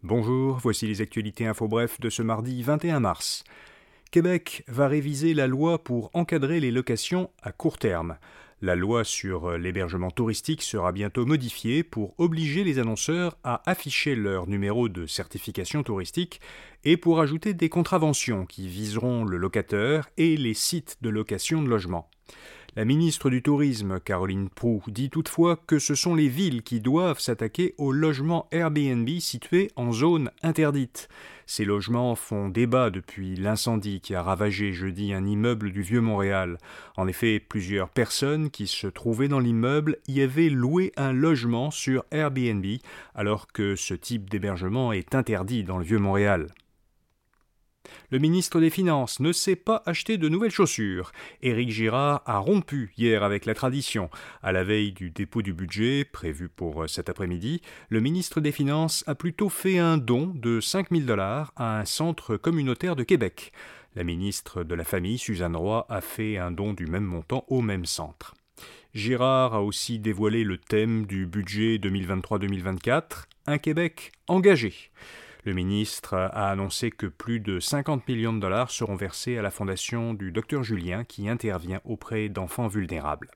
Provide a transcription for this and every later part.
Bonjour, voici les actualités info bref de ce mardi 21 mars. Québec va réviser la loi pour encadrer les locations à court terme. La loi sur l'hébergement touristique sera bientôt modifiée pour obliger les annonceurs à afficher leur numéro de certification touristique et pour ajouter des contraventions qui viseront le locateur et les sites de location de logements. La ministre du Tourisme, Caroline Proulx, dit toutefois que ce sont les villes qui doivent s'attaquer aux logements Airbnb situés en zone interdite. Ces logements font débat depuis l'incendie qui a ravagé jeudi un immeuble du Vieux-Montréal. En effet, plusieurs personnes qui se trouvaient dans l'immeuble y avaient loué un logement sur Airbnb, alors que ce type d'hébergement est interdit dans le Vieux-Montréal. Le ministre des Finances ne s'est pas acheté de nouvelles chaussures. Éric Girard a rompu hier avec la tradition. À la veille du dépôt du budget, prévu pour cet après-midi, le ministre des Finances a plutôt fait un don de 5 000 $ à un centre communautaire de Québec. La ministre de la Famille, Suzanne Roy, a fait un don du même montant au même centre. Girard a aussi dévoilé le thème du budget 2023-2024, un Québec engagé. Le ministre a annoncé que plus de 50 millions de $ seront versés à la fondation du Dr Julien qui intervient auprès d'enfants vulnérables.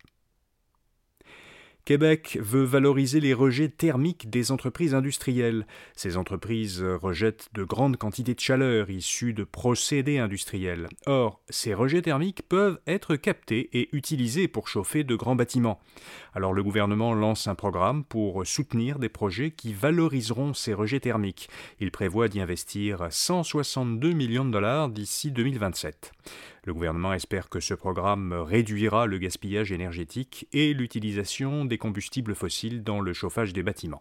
Québec veut valoriser les rejets thermiques des entreprises industrielles. Ces entreprises rejettent de grandes quantités de chaleur issues de procédés industriels. Or, ces rejets thermiques peuvent être captés et utilisés pour chauffer de grands bâtiments. Alors le gouvernement lance un programme pour soutenir des projets qui valoriseront ces rejets thermiques. Il prévoit d'y investir 162 millions de $ d'ici 2027. Le gouvernement espère que ce programme réduira le gaspillage énergétique et l'utilisation des combustibles fossiles dans le chauffage des bâtiments.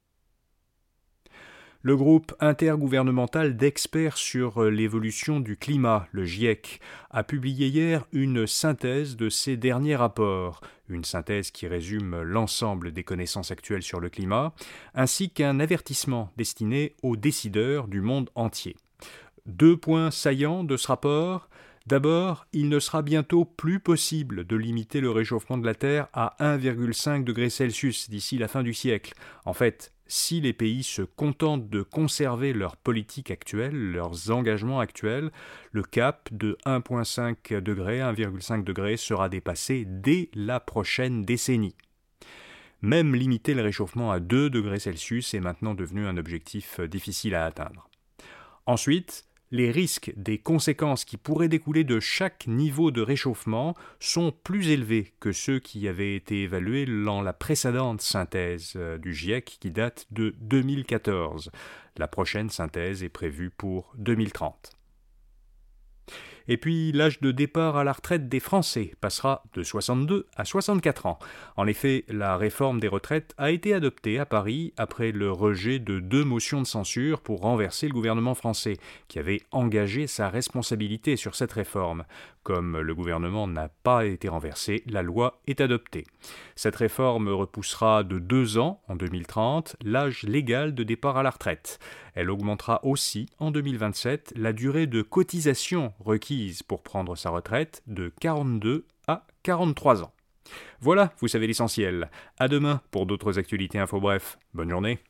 Le groupe intergouvernemental d'experts sur l'évolution du climat, le GIEC, a publié hier une synthèse de ses derniers rapports, une synthèse qui résume l'ensemble des connaissances actuelles sur le climat, ainsi qu'un avertissement destiné aux décideurs du monde entier. 2 points saillants de ce rapport. D'abord, il ne sera bientôt plus possible de limiter le réchauffement de la Terre à 1,5 degré Celsius d'ici la fin du siècle. En fait, si les pays se contentent de conserver leur politique actuelle, leurs engagements actuels, le cap de 1,5 degré sera dépassé dès la prochaine décennie. Même limiter le réchauffement à 2 degrés Celsius est maintenant devenu un objectif difficile à atteindre. Ensuite, les risques des conséquences qui pourraient découler de chaque niveau de réchauffement sont plus élevés que ceux qui avaient été évalués dans la précédente synthèse du GIEC qui date de 2014. La prochaine synthèse est prévue pour 2030. Et puis, l'âge de départ à la retraite des Français passera de 62 à 64 ans. En effet, la réforme des retraites a été adoptée à Paris après le rejet de 2 motions de censure pour renverser le gouvernement français, qui avait engagé sa responsabilité sur cette réforme. Comme le gouvernement n'a pas été renversé, la loi est adoptée. Cette réforme repoussera de 2 ans, en 2030, l'âge légal de départ à la retraite. Elle augmentera aussi, en 2027, la durée de cotisation requise pour prendre sa retraite de 42 à 43 ans. Voilà, vous savez l'essentiel. À demain pour d'autres actualités info bref. Bonne journée.